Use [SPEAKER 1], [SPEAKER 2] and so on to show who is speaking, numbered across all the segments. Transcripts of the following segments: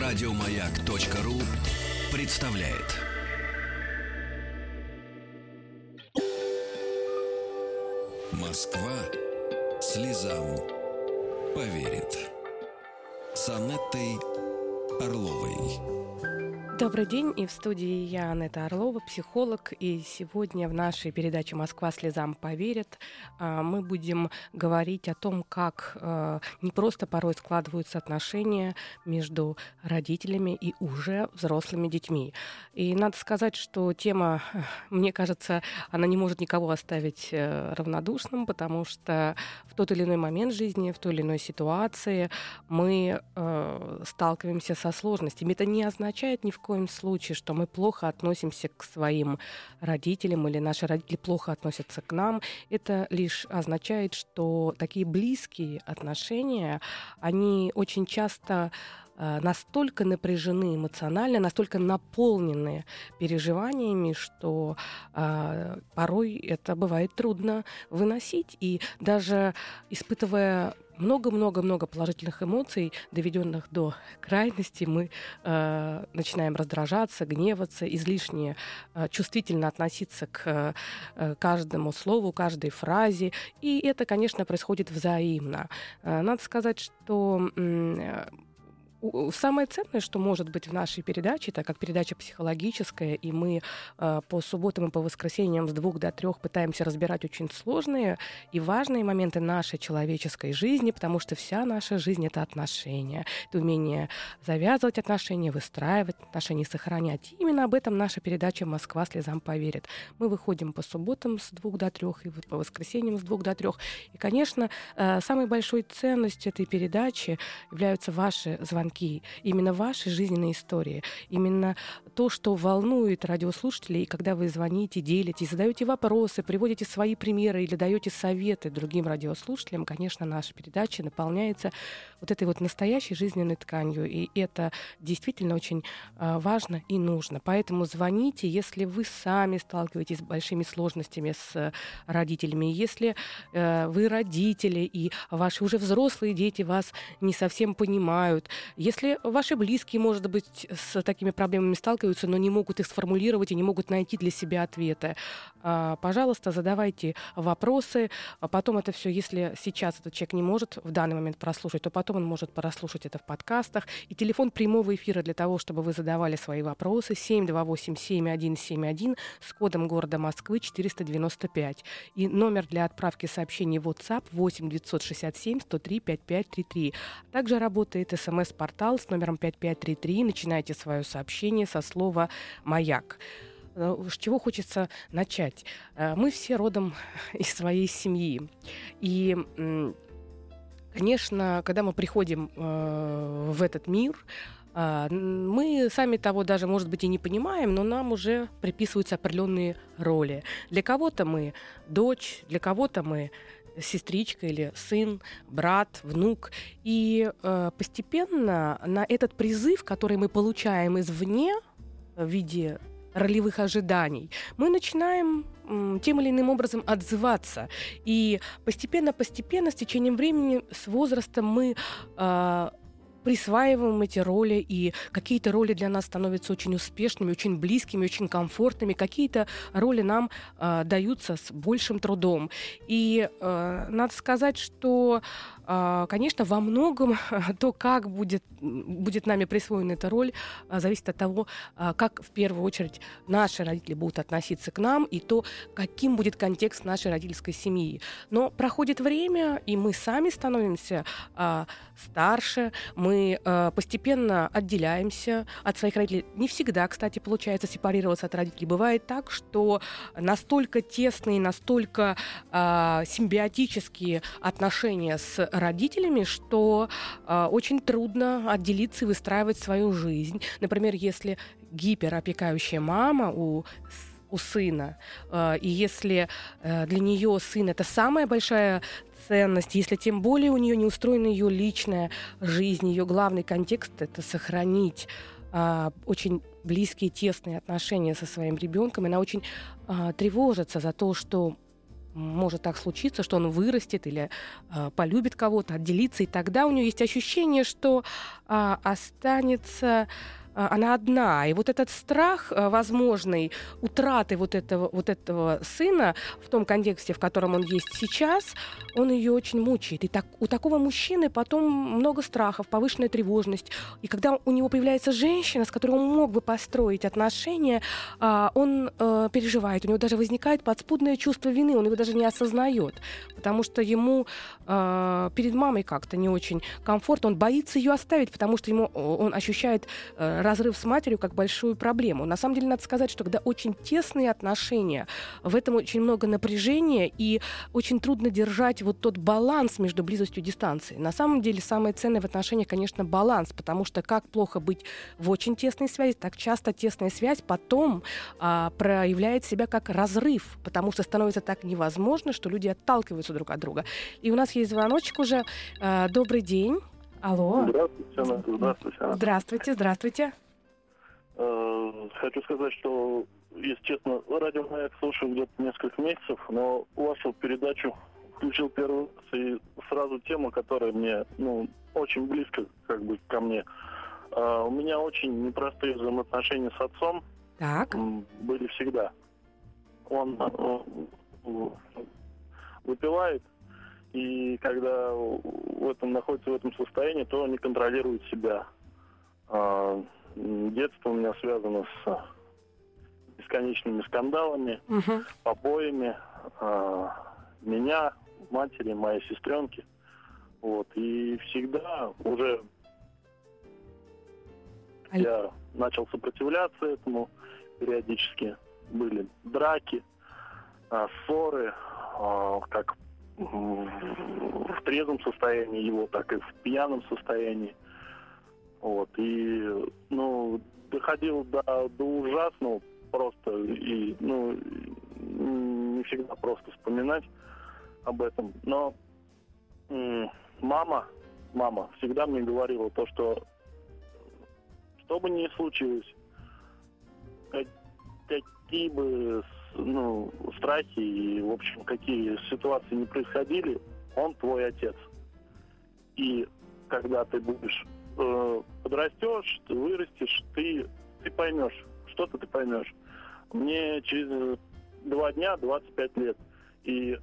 [SPEAKER 1] Радиомаяк.ру представляет. Москва слезам поверит. С Анеттой Орловой.
[SPEAKER 2] Добрый день, и в студии я, Анетта Орлова, психолог, и сегодня в нашей передаче «Москва слезам поверит» мы будем говорить о том, как не просто порой складываются отношения между родителями и уже взрослыми детьми. И надо сказать, что тема, мне кажется, она не может никого оставить равнодушным, потому что в тот или иной момент жизни, в той или иной ситуации мы сталкиваемся со сложностями. Это не означает ни в коем случае, что мы плохо относимся к своим родителям или наши родители плохо относятся к нам. Это лишь означает, что такие близкие отношения, они очень часто настолько напряжены эмоционально, настолько наполнены переживаниями, что порой это бывает трудно выносить. И даже испытывая много-много-много положительных эмоций, доведенных до крайности, мы начинаем раздражаться, гневаться, излишне чувствительно относиться к каждому слову, каждой фразе. И это, конечно, происходит взаимно. Надо сказать, что самое ценное, что может быть в нашей передаче, так как передача психологическая, и мы по субботам и по воскресеньям с 2 до 3 пытаемся разбирать очень сложные и важные моменты нашей человеческой жизни, потому что вся наша жизнь — это отношения. Это умение завязывать отношения, выстраивать отношения, сохранять. И именно об этом наша передача «Москва слезам поверит». Мы выходим по субботам с 2 до 3 и по воскресеньям с 2 до 3. И, конечно, самой большой ценностью этой передачи являются ваши звонки, именно ваши жизненные истории, именно то, что волнует радиослушателей, и когда вы звоните, делитесь, задаете вопросы, приводите свои примеры или даете советы другим радиослушателям, конечно, наша передача наполняется вот этой вот настоящей жизненной тканью, и это действительно очень важно и нужно. Поэтому звоните, если вы сами сталкиваетесь с большими сложностями с родителями, если вы родители, и ваши уже взрослые дети вас не совсем понимают, если ваши близкие, может быть, с такими проблемами сталкиваются, но не могут их сформулировать и не могут найти для себя ответы, пожалуйста, задавайте вопросы. Потом это все, если сейчас этот человек не может в данный момент прослушать, то потом он может прослушать это в подкастах. И телефон прямого эфира для того, чтобы вы задавали свои вопросы, 728-7171 с кодом города Москвы 495. И номер для отправки сообщений в WhatsApp 8-967-103-5533. Также работает СМС-портал с номером 5533. Начинайте свое сообщение со слова «Маяк». С чего хочется начать? Мы все родом из своей семьи. И, конечно, когда мы приходим в этот мир, мы сами того даже, может быть, и не понимаем, но нам уже приписываются определенные роли. Для кого-то мы дочь, для кого-то мы сестричка или сын, брат, внук. И постепенно на этот призыв, который мы получаем извне в виде ролевых ожиданий, мы начинаем тем или иным образом отзываться. И постепенно, с течением времени, с возрастом мы присваиваем эти роли, и какие-то роли для нас становятся очень успешными, очень близкими, очень комфортными, какие-то роли нам даются с большим трудом. И надо сказать, что, конечно, во многом то, как будет нами присвоена эта роль, зависит от того, как в первую очередь наши родители будут относиться к нам, и то, каким будет контекст нашей родительской семьи. Но проходит время, и мы сами становимся старше, мы постепенно отделяемся от своих родителей. Не всегда, кстати, получается сепарироваться от родителей. Бывает так, что настолько тесные, настолько симбиотические отношения с родителями, что очень трудно отделиться и выстраивать свою жизнь. Например, если гиперопекающая мама у сына, и если для нее сын — это самая большая ценность, если тем более у нее не устроена ее личная жизнь, ее главный контекст — это сохранить очень близкие, тесные отношения со своим ребенком, и она очень тревожится за то, что может так случиться, что он вырастет или полюбит кого-то, отделится, и тогда у нее есть ощущение, что останется она одна. И вот этот страх возможной утраты вот этого сына в том контексте, в котором он есть сейчас, он ее очень мучает. И у такого мужчины потом много страхов, повышенная тревожность. И когда у него появляется женщина, с которой он мог бы построить отношения, он переживает. У него даже возникает подспудное чувство вины, он его даже не осознает. Потому что ему перед мамой как-то не очень комфортно. Он боится ее оставить, потому что он ощущает разрыв с матерью как большую проблему. На самом деле, надо сказать, что когда очень тесные отношения, в этом очень много напряжения, и очень трудно держать вот тот баланс между близостью и дистанцией. На самом деле, самое ценное в отношениях, конечно, баланс, потому что как плохо быть в очень тесной связи, так часто тесная связь потом проявляет себя как разрыв, потому что становится так невозможно, что люди отталкиваются друг от друга. И у нас есть звоночек уже. Добрый день. Алло. Здравствуйте.
[SPEAKER 3] Хочу сказать, что, если честно, радио «Маяк» слушаю где-то несколько месяцев, но вашу передачу включил первый раз, и сразу тема, которая мне, очень близко ко мне. У меня очень непростые взаимоотношения с отцом.
[SPEAKER 2] Так.
[SPEAKER 3] Были всегда. Он выпивает, и когда находится в этом состоянии, то не контролирует себя. Детство у меня связано с бесконечными скандалами, побоями меня, матери, моей сестренки. И всегда уже я начал сопротивляться этому. Периодически были драки, ссоры, как в трезвом состоянии его, так и в пьяном состоянии. Доходил до ужасного просто, и, не всегда просто вспоминать об этом. Но мама всегда мне говорила то, что бы ни случилось, какие бы страхи и, в общем, какие ситуации не происходили, он твой отец. И когда ты будешь подрастешь, ты вырастешь, ты поймешь, что-то ты поймешь. Мне через 2 дня 25 лет, и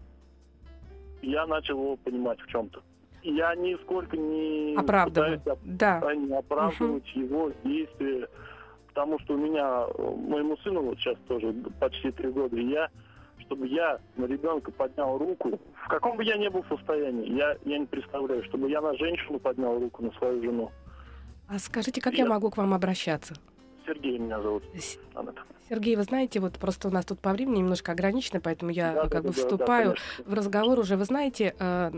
[SPEAKER 3] я начал его понимать в чем-то. Я нисколько не пытаюсь оправдывать его действия, потому что моему сыну сейчас тоже почти 3 года, и чтобы я на ребенка поднял руку, в каком бы я ни был состоянии, я не представляю, чтобы я на женщину поднял руку, на свою жену.
[SPEAKER 2] А скажите, как я могу к вам обращаться?
[SPEAKER 3] Сергей меня зовут.
[SPEAKER 2] Сергей, вы знаете, просто у нас тут по времени немножко ограничено, поэтому я вступаю в разговор уже. Вы знаете,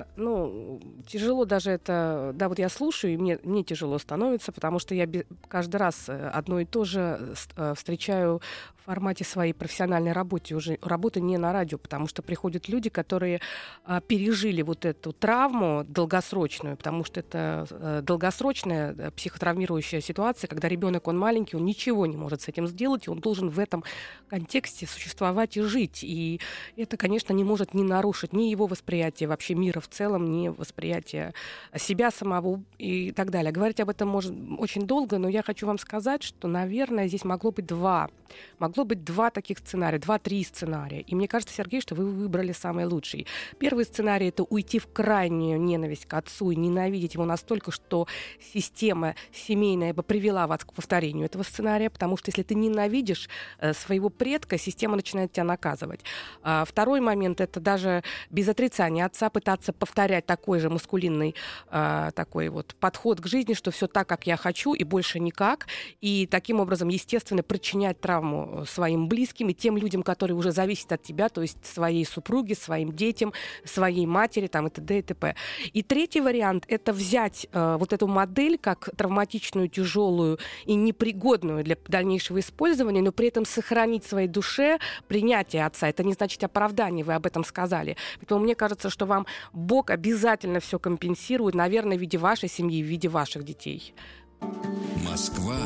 [SPEAKER 2] тяжело даже это... Да, я слушаю, и мне тяжело становится, потому что я каждый раз одно и то же встречаю в формате своей профессиональной работы не на радио, потому что приходят люди, которые пережили вот эту травму долгосрочную, потому что это долгосрочная психотравмирующая ситуация, когда ребенок, он маленький, он ничего не может с этим сделать, и он должен в этом контексте существовать и жить. И это, конечно, не может не нарушить ни его восприятие вообще мира в целом, ни восприятие себя самого и так далее. Говорить об этом может очень долго, но я хочу вам сказать, что, наверное, здесь могло быть два таких сценария, 2-3 сценария. И мне кажется, Сергей, что вы выбрали самый лучший. Первый сценарий — это уйти в крайнюю ненависть к отцу и ненавидеть его настолько, что система семейная бы привела вас к повторению этого сценария, потому что если ты ненавидишь своего предка, система начинает тебя наказывать. Второй момент — это даже без отрицания отца пытаться повторять такой же маскулинный такой подход к жизни, что все так, как я хочу, и больше никак. И таким образом, естественно, причинять травму своим близким и тем людям, которые уже зависят от тебя, то есть своей супруге, своим детям, своей матери, и т.д. и т.п. И третий вариант — это взять эту модель как травматичную, тяжелую и непригодную для дальнейшего использования, но при этом сохранить в своей душе принятие отца. Это не значит оправдание, вы об этом сказали. Поэтому мне кажется, что вам Бог обязательно все компенсирует, наверное, в виде вашей семьи, в виде ваших детей.
[SPEAKER 1] Москва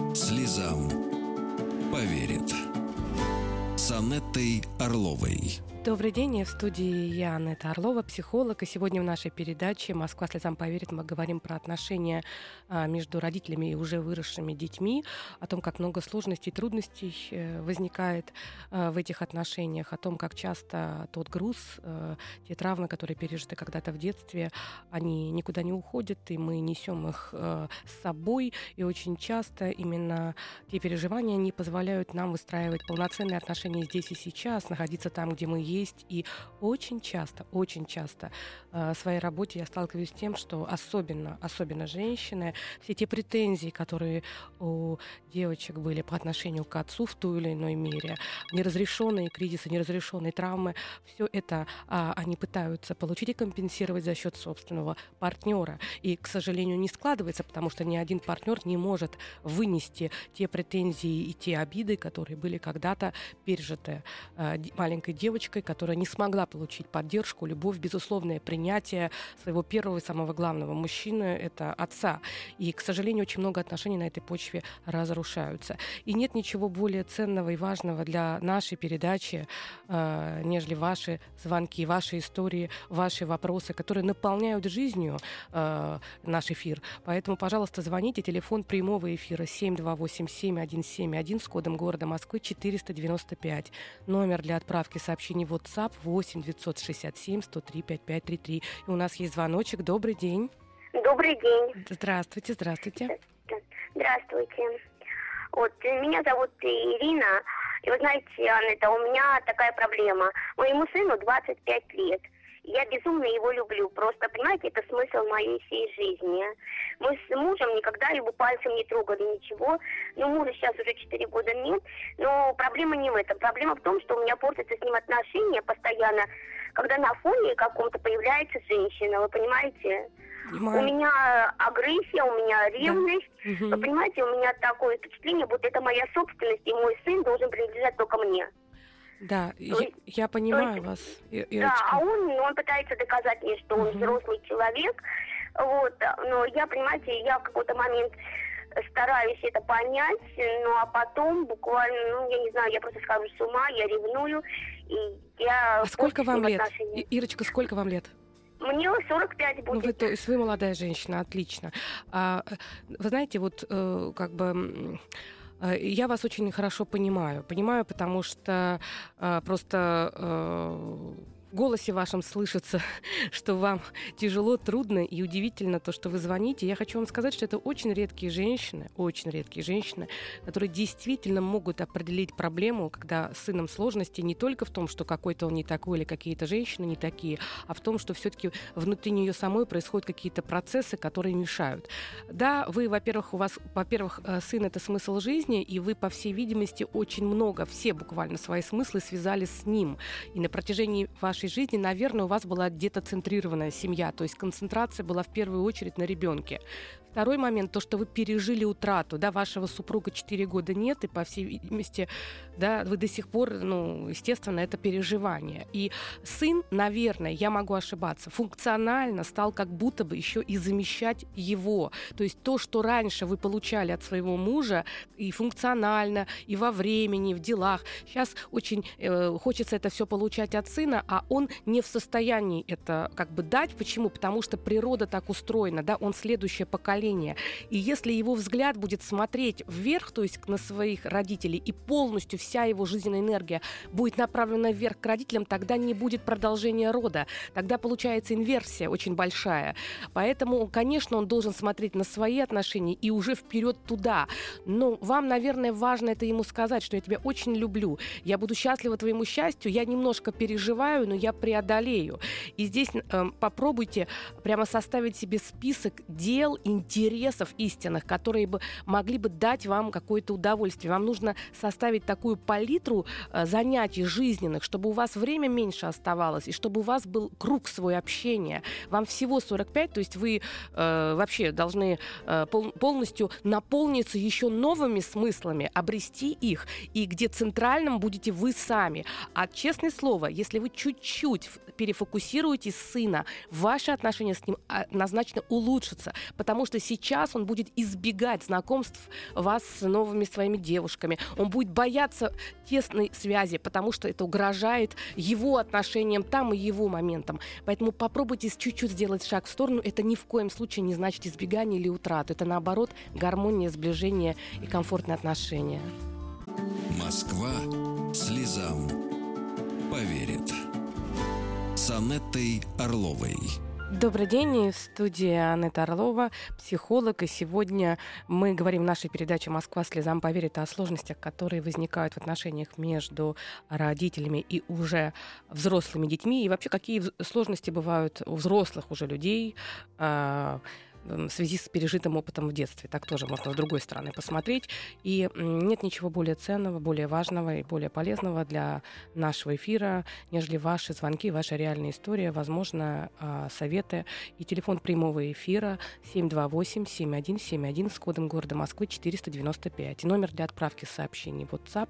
[SPEAKER 1] слезам поверит. С Анеттой Орловой.
[SPEAKER 2] Добрый день, я в студии я, Анетта Орлова, психолог, и сегодня в нашей передаче «Москва слезам поверит» мы говорим про отношения между родителями и уже выросшими детьми, о том, как много сложностей и трудностей возникает в этих отношениях, о том, как часто тот груз, те травмы, которые пережиты когда-то в детстве, они никуда не уходят, и мы несем их с собой, и очень часто именно те переживания не позволяют нам выстраивать полноценные отношения здесь и сейчас, находиться там, где мы есть. И очень часто в своей работе я сталкиваюсь с тем, что особенно женщины, все те претензии, которые у девочек были по отношению к отцу в той или иной мере, неразрешенные кризисы, неразрешенные травмы, все это они пытаются получить и компенсировать за счет собственного партнера. И, к сожалению, не складывается, потому что ни один партнер не может вынести те претензии и те обиды, которые были когда-то пережиты маленькой девочкой, которая не смогла получить поддержку, любовь, безусловное принятие своего первого и самого главного мужчины, это отца. И, к сожалению, очень много отношений на этой почве разрушаются. И нет ничего более ценного и важного для нашей передачи, нежели ваши звонки, ваши истории, ваши вопросы, которые наполняют жизнью наш эфир. Поэтому, пожалуйста, звоните. Телефон прямого эфира 728-7171 с кодом города Москвы 495. Номер для отправки сообщений в WhatsApp 8-967-103-5533. И у нас есть звоночек. Добрый день.
[SPEAKER 4] Добрый день.
[SPEAKER 2] Здравствуйте.
[SPEAKER 4] Здравствуйте. Вот, меня зовут Ирина. И вы знаете, Анетта, у меня такая проблема. Моему сыну 25 лет. Я безумно его люблю. Просто, понимаете, это смысл моей всей жизни. Мы с мужем никогда его пальцем не трогали, ничего. Ну, мужа сейчас уже 4 года нет. Но проблема не в этом. Проблема в том, что у меня портятся с ним отношения постоянно, когда на фоне каком-то появляется женщина. Вы понимаете?
[SPEAKER 2] Понимаю.
[SPEAKER 4] У меня агрессия, у меня ревность.
[SPEAKER 2] Да.
[SPEAKER 4] Вы понимаете, у меня такое впечатление, будто это моя собственность, и мой сын должен принадлежать только мне.
[SPEAKER 2] Да, я понимаю вас, Ирочка.
[SPEAKER 4] Да, а он пытается доказать мне, что он взрослый человек. Вот, но я, понимаете, я в какой-то момент стараюсь это понять, ну а потом буквально, я не знаю, я просто схожу с ума, я ревную, и я...
[SPEAKER 2] А сколько вам лет? Ирочка, сколько вам лет?
[SPEAKER 4] Мне 45 будет.
[SPEAKER 2] То есть вы молодая женщина, отлично. Вы знаете, вот как бы... Я вас очень хорошо понимаю. Понимаю, потому что просто в голосе вашем слышится, что вам тяжело, трудно и удивительно то, что вы звоните. Я хочу вам сказать, что это очень редкие женщины, которые действительно могут определить проблему, когда с сыном сложности не только в том, что какой-то он не такой или какие-то женщины не такие, а в том, что все-таки внутри нее самой происходят какие-то процессы, которые мешают. Да, у вас, во-первых, сын — это смысл жизни, и вы, по всей видимости, очень много, все буквально свои смыслы связали с ним. И на протяжении вашей жизни, наверное, у вас была где-то центрированная семья, то есть концентрация была в первую очередь на ребенке. Второй момент, то, что вы пережили утрату, да, вашего супруга 4 года нет, и, по всей видимости, да, вы до сих пор, естественно, это переживание. И сын, наверное, я могу ошибаться, функционально стал как будто бы еще и замещать его. То есть то, что раньше вы получали от своего мужа, и функционально, и во времени, и в делах, сейчас очень хочется это все получать от сына, а он не в состоянии это как бы дать. Почему? Потому что природа так устроена, да, он следующее поколение. И если его взгляд будет смотреть вверх, то есть на своих родителей, и полностью вся его жизненная энергия будет направлена вверх к родителям, тогда не будет продолжения рода. Тогда получается инверсия очень большая. Поэтому, конечно, он должен смотреть на свои отношения и уже вперед туда. Но вам, наверное, важно это ему сказать, что я тебя очень люблю. Я буду счастлива твоему счастью. Я немножко переживаю, но я преодолею. И здесь попробуйте прямо составить себе список дел, интересов истинных, которые бы могли бы дать вам какое-то удовольствие. Вам нужно составить такую палитру занятий жизненных, чтобы у вас время меньше оставалось, и чтобы у вас был круг свой общения. Вам всего 45, то есть вы вообще должны полностью наполниться еще новыми смыслами, обрести их, и где центральным будете вы сами. А честное слово, если вы чуть-чуть перефокусируете сына, ваши отношения с ним однозначно улучшатся, потому что сейчас он будет избегать знакомств вас с новыми своими девушками. Он будет бояться тесной связи, потому что это угрожает его отношениям там и его моментам. Поэтому попробуйте чуть-чуть сделать шаг в сторону. Это ни в коем случае не значит избегание или утрату. Это, наоборот, гармония, сближение и комфортные отношения.
[SPEAKER 1] Москва слезам поверит. С Анеттой Орловой.
[SPEAKER 2] Добрый день, и в студии Анетта Орлова, психолог. И сегодня мы говорим в нашей передаче «Москва слезам поверит» о сложностях, которые возникают в отношениях между родителями и уже взрослыми детьми. И вообще, какие сложности бывают у взрослых уже людей в связи с пережитым опытом в детстве. Так тоже можно с другой стороны посмотреть. И нет ничего более ценного, более важного и более полезного для нашего эфира, нежели ваши звонки, ваша реальная история, возможно, советы. И телефон прямого эфира 728-7171 с кодом города Москвы 495. И номер для отправки сообщений WhatsApp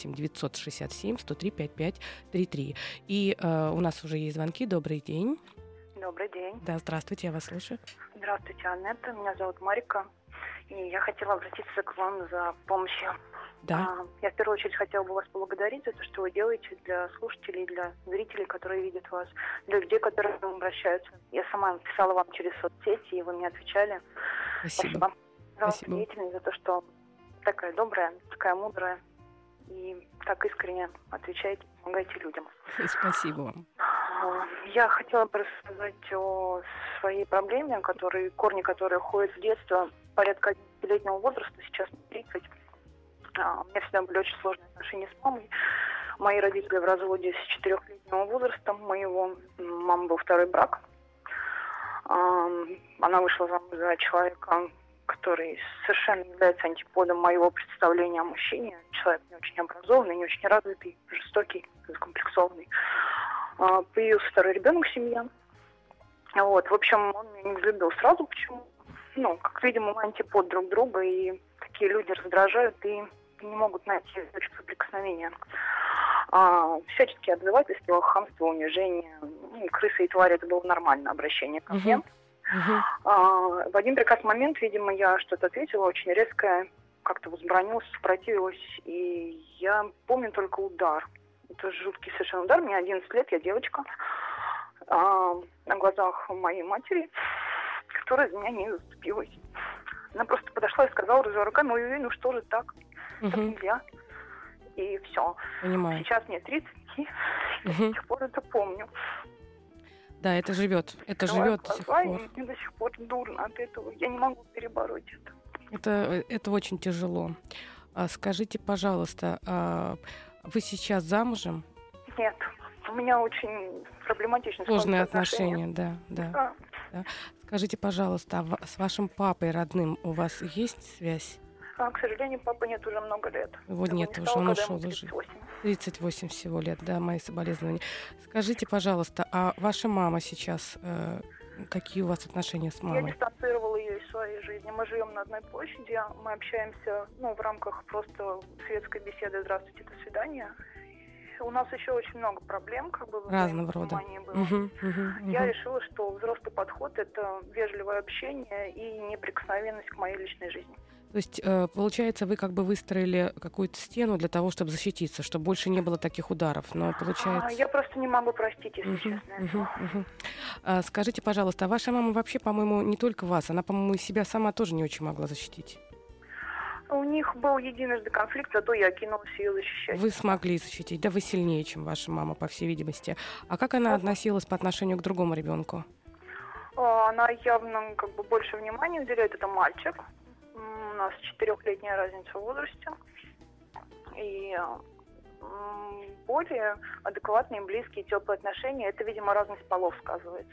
[SPEAKER 2] 8-967-103-5533. И у нас уже есть звонки. Добрый день.
[SPEAKER 5] Добрый день.
[SPEAKER 2] Да, здравствуйте, я вас слушаю.
[SPEAKER 5] Здравствуйте, Анетта. Меня зовут Марика. И я хотела обратиться к вам за помощью.
[SPEAKER 2] Да.
[SPEAKER 5] Я в первую очередь хотела бы вас поблагодарить за то, что вы делаете для слушателей, для зрителей, которые видят вас, для людей, которые к вам обращаются. Я сама писала вам через соцсети, и вы мне отвечали.
[SPEAKER 2] Спасибо.
[SPEAKER 5] За вашу деятельность, за то, что такая добрая, такая мудрая и так искренне отвечаете, помогаете людям.
[SPEAKER 2] Спасибо вам.
[SPEAKER 5] Я хотела бы рассказать о своей проблеме, корни которой уходят в детство, порядка 11-летнего возраста, сейчас 30. У меня всегда были очень сложные отношения с мамой. Мои родители в разводе с 4-летнего возраста. Мама был второй брак. Она вышла замуж за человека, который совершенно является антиподом моего представления о мужчине. Человек не очень образованный, не очень развитый, жестокий, закомплексованный. Появился второй ребенок в семье. В общем, он меня не взлюбил сразу. Почему? Как видимо, мы антипод друг друга, и такие люди раздражают и не могут найти точку соприкосновения. Всяческие обзывательства, хамство, унижение, крысы и твари — это было нормальное обращение ко мне. В один прекрасный момент, видимо, я что-то ответила очень резко, как-то возбранилась, сопротивилась, и я помню только удар. Это жуткий совершенно удар. Мне 11 лет, я девочка. На глазах моей матери, которая за меня не заступилась. Она просто подошла и сказала, развела руками: ой, что же так? Так нельзя. И все.
[SPEAKER 2] Понимаю.
[SPEAKER 5] Сейчас мне 30, и я до сих пор это помню.
[SPEAKER 2] Да, это живет. Это живет до сих пор.
[SPEAKER 5] Мне до сих пор дурно от этого. Я не могу перебороть это.
[SPEAKER 2] Это очень тяжело. Скажите, пожалуйста, вы сейчас замужем?
[SPEAKER 5] Нет, у меня очень проблематичные
[SPEAKER 2] сложные отношения, да. Скажите, пожалуйста, с вашим папой родным у вас есть связь?
[SPEAKER 5] К сожалению, папы нет уже много лет.
[SPEAKER 2] Его нет уже, он ушел уже. 38 всего лет, да, мои соболезнования. Скажите, пожалуйста, а ваша мама сейчас, какие у вас отношения с мамой?
[SPEAKER 5] Я дистанцировала ее из своей жизни. Мы живем на одной площади, мы общаемся, в рамках просто светской беседы «Здравствуйте, до свидания». У нас еще очень много проблем,
[SPEAKER 2] разного рода.
[SPEAKER 5] Я решила, что взрослый подход — это вежливое общение и неприкосновенность к моей личной жизни.
[SPEAKER 2] То есть, получается, вы выстроили какую-то стену для того, чтобы защититься, чтобы больше не было таких ударов. Но получается...
[SPEAKER 5] Я просто не могу простить, если честно.
[SPEAKER 2] Скажите, пожалуйста, а ваша мама вообще, по-моему, не только вас, она, по-моему, себя сама тоже не очень могла защитить?
[SPEAKER 5] У них был единожды конфликт, зато я кинулась ее защищать.
[SPEAKER 2] Вы смогли защитить, да, вы сильнее, чем ваша мама, по всей видимости. А как она относилась по отношению к другому ребенку?
[SPEAKER 5] Она явно больше внимания уделяет, это мальчик. У нас 4-летняя разница в возрасте. И более адекватные, близкие, теплые отношения, это, видимо, разность полов сказывается.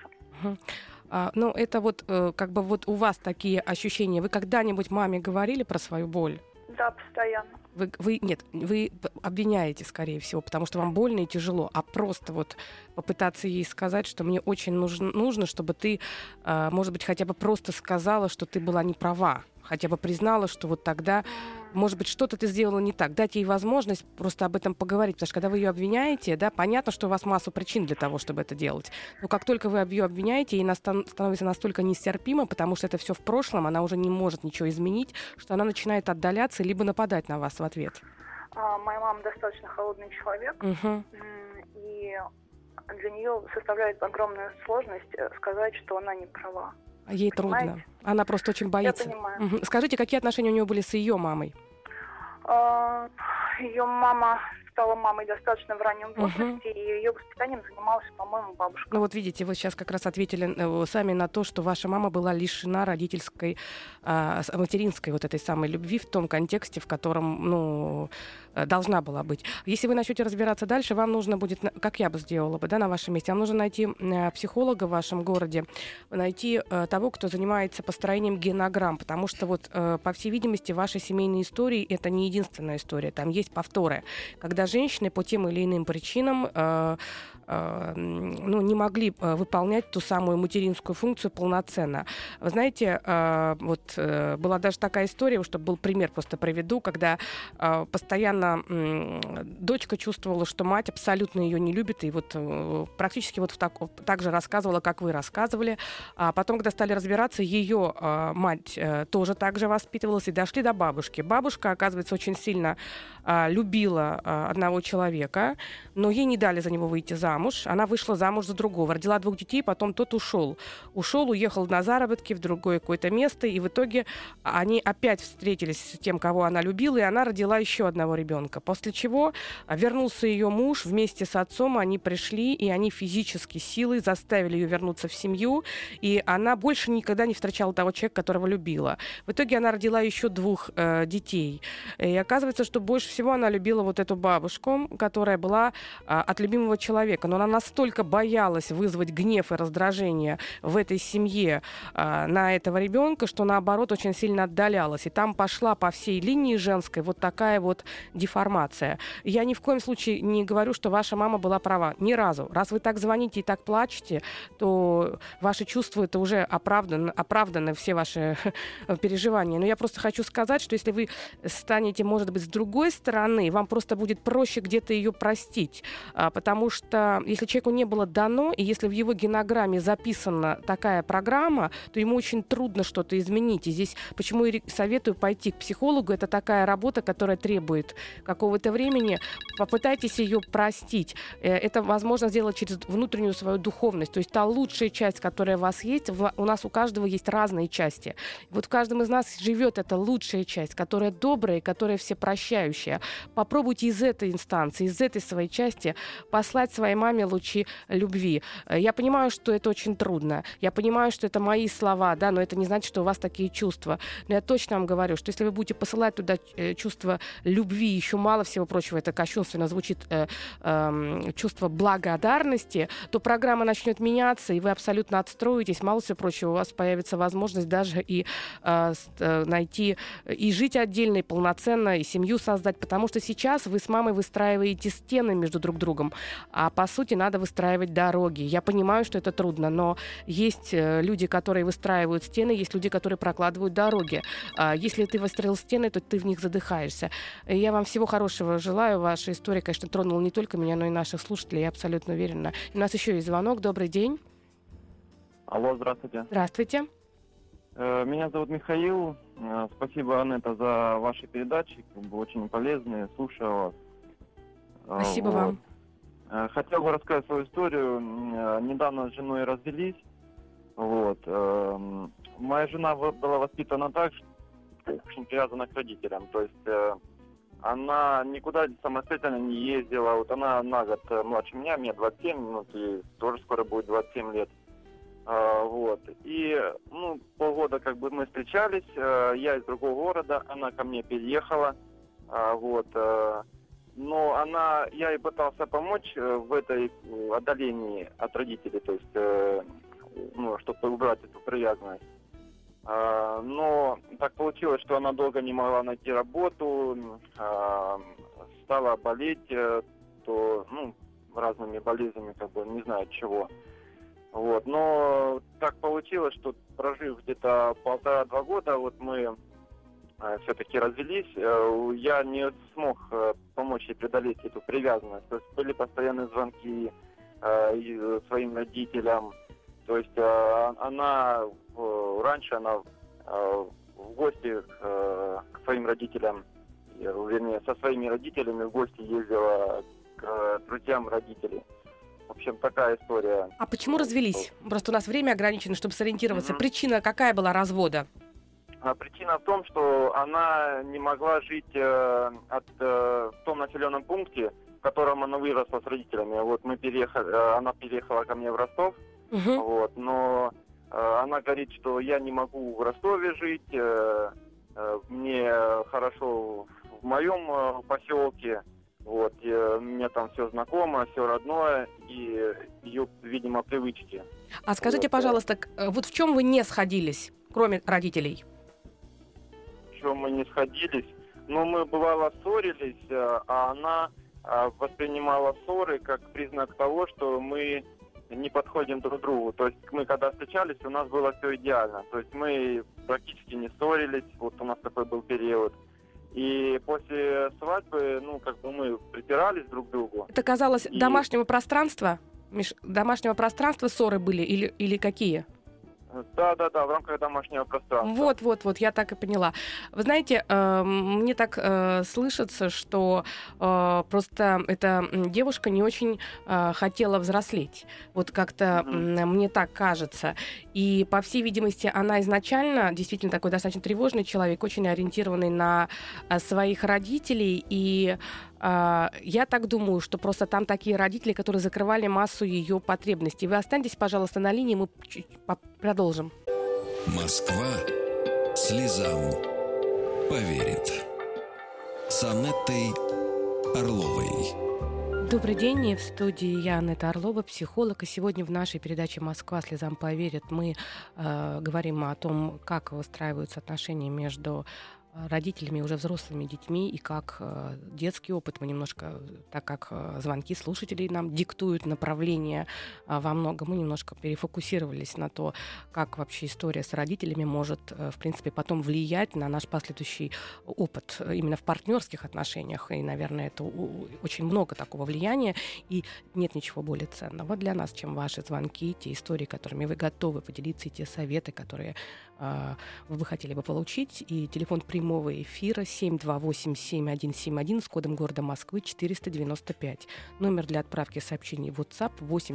[SPEAKER 2] Это у вас такие ощущения. Вы когда-нибудь маме говорили про свою боль?
[SPEAKER 5] Да, постоянно.
[SPEAKER 2] Вы обвиняете, скорее всего, потому что вам больно и тяжело, а просто попытаться ей сказать, что мне очень нужно, чтобы ты, может быть, хотя бы просто сказала, что ты была не права. хотя бы признала, что вот тогда, может быть, что-то ты сделала не так. Дать ей возможность просто об этом поговорить. Потому что когда вы ее обвиняете, да, понятно, что у вас массу причин для того, чтобы это делать. Но как только вы ее обвиняете, ей становится настолько нестерпимо, потому что это все в прошлом, она уже не может ничего изменить, что она начинает отдаляться либо нападать на вас в ответ.
[SPEAKER 5] Моя мама достаточно холодный человек,
[SPEAKER 2] Угу.
[SPEAKER 5] и для нее составляет огромную сложность сказать, что она не права.
[SPEAKER 2] Ей
[SPEAKER 5] Понимаете?
[SPEAKER 2] трудно. Она просто очень боится.
[SPEAKER 5] Я понимаю.
[SPEAKER 2] Мгм. Скажите, какие отношения у нее были с ее мамой?
[SPEAKER 5] Ее мама стала мамой достаточно в раннем возрасте, и ее воспитанием занималась, по-моему, бабушка.
[SPEAKER 2] Ну вот видите, вы сейчас как раз ответили сами на то, что ваша мама была лишена родительской, материнской вот этой самой любви в том контексте, в котором, должна была быть. Если вы начнете разбираться дальше, вам нужно будет, как я бы сделала бы, да, на вашем месте, вам нужно найти психолога в вашем городе, найти того, кто занимается построением генограмм, потому что вот, по всей видимости, ваши семейные истории — это не единственная история, там есть повторы, когда женщины по тем или иным причинам не могли выполнять ту самую материнскую функцию полноценно. Вы знаете, была даже такая история, чтобы был пример, просто приведу, когда постоянно дочка чувствовала, что мать абсолютно ее не любит, и вот практически вот так же рассказывала, как вы рассказывали. А потом, когда стали разбираться, ее мать тоже так же воспитывалась, и дошли до бабушки. Бабушка, оказывается, очень сильно любила одного человека, но ей не дали за него выйти замуж. Она вышла замуж за другого, родила 2 детей, потом тот ушел. Уехал на заработки в другое какое-то место, и в итоге они опять встретились с тем, кого она любила, и она родила еще одного ребенка. После чего вернулся ее муж вместе с отцом, они пришли, и они физически силой заставили ее вернуться в семью, и она больше никогда не встречала того человека, которого любила. В итоге она родила еще 2 детей. И оказывается, что больше всего она любила вот эту бабушку, которая была от любимого человека. Но она настолько боялась вызвать гнев и раздражение в этой семье на этого ребенка, что наоборот очень сильно отдалялась. И там пошла по всей линии женской вот такая вот деформация. Я ни в коем случае не говорю, что ваша мама была права. Ни разу. Раз вы так звоните и так плачете, то ваши чувства — это уже оправданы все ваши переживания. Но я просто хочу сказать, что если вы станете, может быть, с другой стороны, вам просто будет проще где-то ее простить. Потому что если человеку не было дано, и если в его генограмме записана такая программа, то ему очень трудно что-то изменить. И здесь почему я советую пойти к психологу. Это такая работа, которая требует какого-то времени. Попытайтесь ее простить. Это возможно сделать через внутреннюю свою духовность. То есть та лучшая часть, которая у вас есть, у нас у каждого есть разные части. Вот в каждом из нас живет эта лучшая часть, которая добрая, которая всепрощающая. Попробуйте из этой инстанции, из этой своей части послать своей маме лучи любви. Я понимаю, что это очень трудно. Я понимаю, что это мои слова, да, но это не значит, что у вас такие чувства. Но я точно вам говорю, что если вы будете посылать туда чувство любви, еще мало всего прочего, это кощунственно звучит, чувство благодарности, то программа начнет меняться, и вы абсолютно отстроитесь. Мало всего прочего, у вас появится возможность даже и найти, и жить отдельно, и полноценно, и семью создать, потому что сейчас вы с мамой выстраиваете стены между друг другом, а по сути надо выстраивать дороги. Я понимаю, что это трудно, но есть люди, которые выстраивают стены, есть люди, которые прокладывают дороги. Если ты выстроил стены, то ты в них задыхаешься. Я вам всего хорошего желаю. Ваша история, конечно, тронула не только меня, но и наших слушателей, я абсолютно уверена. У нас еще есть звонок. Добрый день.
[SPEAKER 6] Алло, здравствуйте.
[SPEAKER 2] Здравствуйте.
[SPEAKER 6] Меня зовут Михаил. Спасибо, Анетта, за ваши передачи. Очень полезные. Слушаю вас.
[SPEAKER 2] Спасибо вам.
[SPEAKER 6] Хотел бы рассказать свою историю. Недавно с женой развелись. Моя жена была воспитана так, что очень привязана к родителям. То есть она никуда самостоятельно не ездила. Вот она на год младше меня, мне 27, и тоже скоро будет 27 лет. И полгода как бы мы встречались. Я из другого города, она ко мне переехала. Но я ей пытался помочь в этой отдалении от родителей, то есть, чтобы убрать эту привязанность. Но так получилось, что она долго не могла найти работу, стала болеть, разными болезнями, не знаю от чего. Но так получилось, что прожив где-то 1,5-2 года, мы все-таки развелись, я не смог помочь ей преодолеть эту привязанность. То есть были постоянные звонки своим родителям. То есть раньше она в гости к своим родителям, вернее, со своими родителями в гости ездила к друзьям родителей. В общем, такая история.
[SPEAKER 2] А почему развелись? Просто у нас время ограничено, чтобы сориентироваться. Причина какая была развода?
[SPEAKER 6] Причина в том, что она не могла жить в том населенном пункте, в котором она выросла с родителями. Вот она переехала ко мне в Ростов, вот, но она говорит, что я не могу в Ростове жить, мне хорошо в моем поселке, вот, у меня там все знакомо, все родное, и ее, видимо, привычки.
[SPEAKER 2] А скажите, пожалуйста, вот в чем вы не сходились, кроме родителей?
[SPEAKER 6] В чем мы не сходились? Ну, мы, бывало, ссорились, а она воспринимала ссоры как признак того, что мы не подходим друг к другу. То есть мы, когда встречались, у нас было все идеально. То есть мы практически не ссорились, вот у нас такой был период. И после свадьбы, мы припирались друг к другу.
[SPEAKER 2] Это казалось домашнего пространства? Домашнего пространства ссоры были или какие?
[SPEAKER 6] Да, в рамках домашнего пространства.
[SPEAKER 2] Вот, я так и поняла. Вы знаете, мне так слышится, что просто эта девушка не очень хотела взрослеть. Вот как-то мне так кажется. И, по всей видимости, она изначально действительно такой достаточно тревожный человек, очень ориентированный на своих родителей. И я так думаю, что просто там такие родители, которые закрывали массу ее потребностей. Вы останьтесь, пожалуйста, на линии, мы продолжим.
[SPEAKER 1] Москва слезам поверит. С Анеттой Орловой.
[SPEAKER 2] Добрый день, в студии я, Анетта Орлова, психолог. И сегодня в нашей передаче «Москва слезам поверит» мы говорим о том, как выстраиваются отношения между родителями, уже взрослыми детьми, и как детский опыт мы немножко, так как звонки слушателей нам диктуют направление во многом, мы немножко перефокусировались на то, как вообще история с родителями может, в принципе, потом влиять на наш последующий опыт именно в партнерских отношениях. И, наверное, это очень много такого влияния, и нет ничего более ценного для нас, чем ваши звонки, те истории, которыми вы готовы поделиться, и те советы, которые вы бы хотели бы получить. И телефон прямого эфира 728-7171 с кодом города Москвы 495. Номер для отправки сообщений в WhatsApp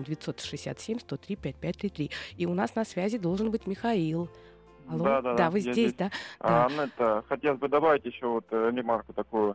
[SPEAKER 2] 8-967-103-5533. И у нас на связи должен быть Михаил. Алло? Да, вы здесь, да?
[SPEAKER 6] Анетта, хотелось бы добавить еще ремарку такую.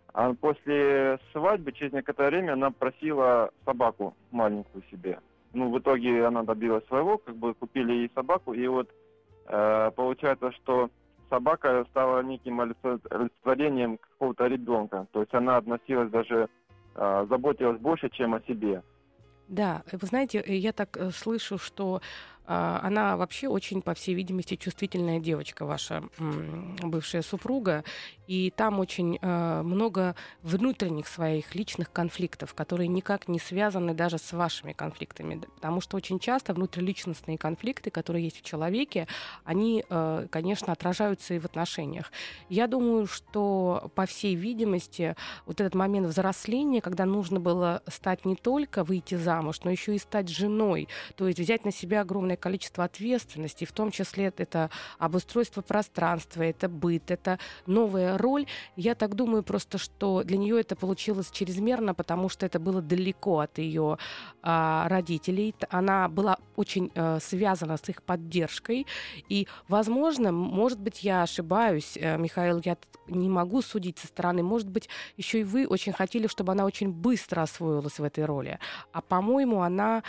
[SPEAKER 6] После свадьбы, через некоторое время, она просила собаку маленькую себе. В итоге она добилась своего, купили ей собаку, и получается, что собака стала неким олицетворением какого-то ребенка. То есть она относилась даже, заботилась больше, чем о себе.
[SPEAKER 2] Да, вы знаете, я так слышу, что она вообще очень, по всей видимости, чувствительная девочка, ваша бывшая супруга, и там очень много внутренних своих личных конфликтов, которые никак не связаны даже с вашими конфликтами, потому что очень часто внутриличностные конфликты, которые есть в человеке, они, конечно, отражаются и в отношениях. Я думаю, что, по всей видимости, вот этот момент взросления, когда нужно было стать не только выйти замуж, но еще и стать женой, то есть взять на себя огромное количество ответственности, в том числе это обустройство пространства, это быт, это новая роль. Я так думаю просто, что для нее это получилось чрезмерно, потому что это было далеко от ее родителей. Она была очень связана с их поддержкой. И, возможно, может быть, я ошибаюсь, Михаил, я не могу судить со стороны. Может быть, еще и вы очень хотели, чтобы она очень быстро освоилась в этой роли. А, по-моему,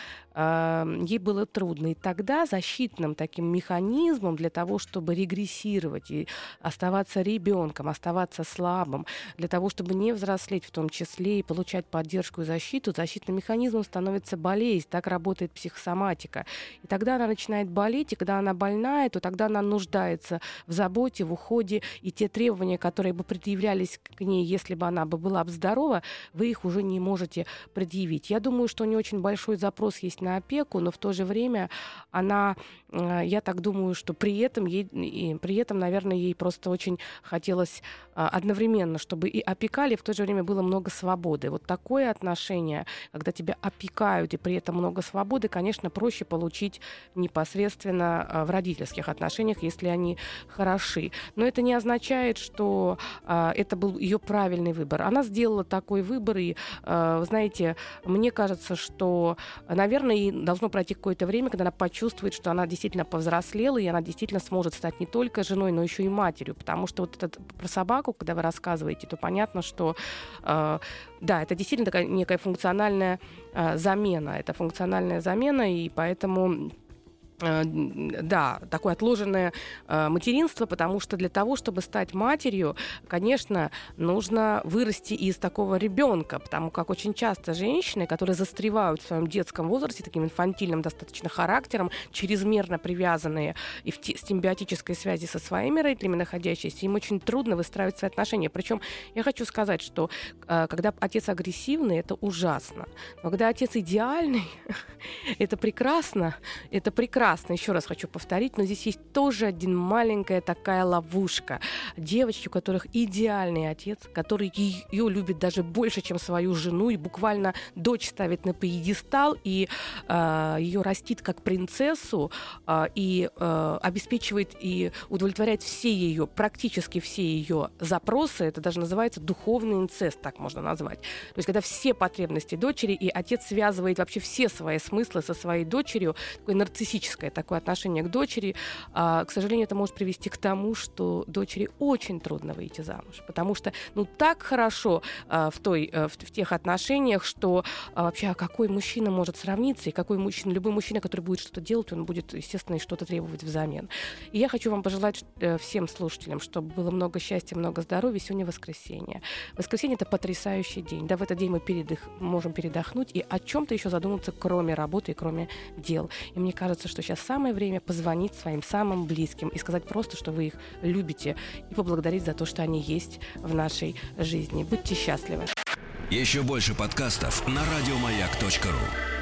[SPEAKER 2] ей было трудно. И тогда защитным таким механизмом для того, чтобы регрессировать и оставаться ребенком, оставаться слабым, для того, чтобы не взрослеть в том числе и получать поддержку и защиту, защитным механизмом становится болезнь. Так работает психосоматика. И тогда она начинает болеть, и когда она больная, то тогда она нуждается в заботе, в уходе, и те требования, которые бы предъявлялись к ней, если бы она была бы здорова, вы их уже не можете предъявить. Я думаю, что у нее очень большой запрос есть на опеку, но в то же время она, я так думаю, что при этом, наверное, ей просто очень хотелось одновременно, чтобы и опекали, и в то же время было много свободы. Вот такое отношение, когда тебя опекают, и при этом много свободы, конечно, проще получить непосредственно в родительских отношениях, если они хороши. Но это не означает, что это был ее правильный выбор. Она сделала такой выбор, и, знаете, мне кажется, что, наверное, ей должно пройти какое-то время, когда она почувствует, что она действительно повзрослела, и она действительно сможет стать не только женой, но еще и матерью. Потому что вот это про собаку, когда вы рассказываете, то понятно, что да, это действительно такая некая функциональная замена. Это функциональная замена, и поэтому... Да, такое отложенное материнство, потому что для того, чтобы стать матерью, конечно, нужно вырасти из такого ребенка, потому как очень часто женщины, которые застревают в своем детском возрасте, таким инфантильным достаточно характером, чрезмерно привязанные и в симбиотической связи со своими родителями находящиеся, им очень трудно выстраивать свои отношения. Причем я хочу сказать, что когда отец агрессивный, это ужасно. Но когда отец идеальный, это прекрасно, это прекрасно. Еще раз хочу повторить, но здесь есть тоже один маленькая такая ловушка. Девочки, у которых идеальный отец, который ее любит даже больше, чем свою жену, и буквально дочь ставит на пьедестал, и ее растит как принцессу, и обеспечивает и удовлетворяет практически все ее запросы. Это даже называется духовный инцест, так можно назвать. То есть когда все потребности дочери, и отец связывает вообще все свои смыслы со своей дочерью, такое нарциссическое такое отношение к дочери, к сожалению, это может привести к тому, что дочери очень трудно выйти замуж, потому что так хорошо в тех отношениях, что вообще какой мужчина может сравниться, и любой мужчина, который будет что-то делать, он будет, естественно, и что-то требовать взамен. И я хочу вам пожелать всем слушателям, чтобы было много счастья, много здоровья. Сегодня воскресенье. Воскресенье — это потрясающий день. Да, в этот день мы можем передохнуть и о чем-то еще задуматься, кроме работы и кроме дел. И мне кажется, что сейчас самое время позвонить своим самым близким и сказать просто, что вы их любите, и поблагодарить за то, что они есть в нашей жизни. Будьте счастливы.
[SPEAKER 1] Еще больше подкастов на радиомаяк.ру.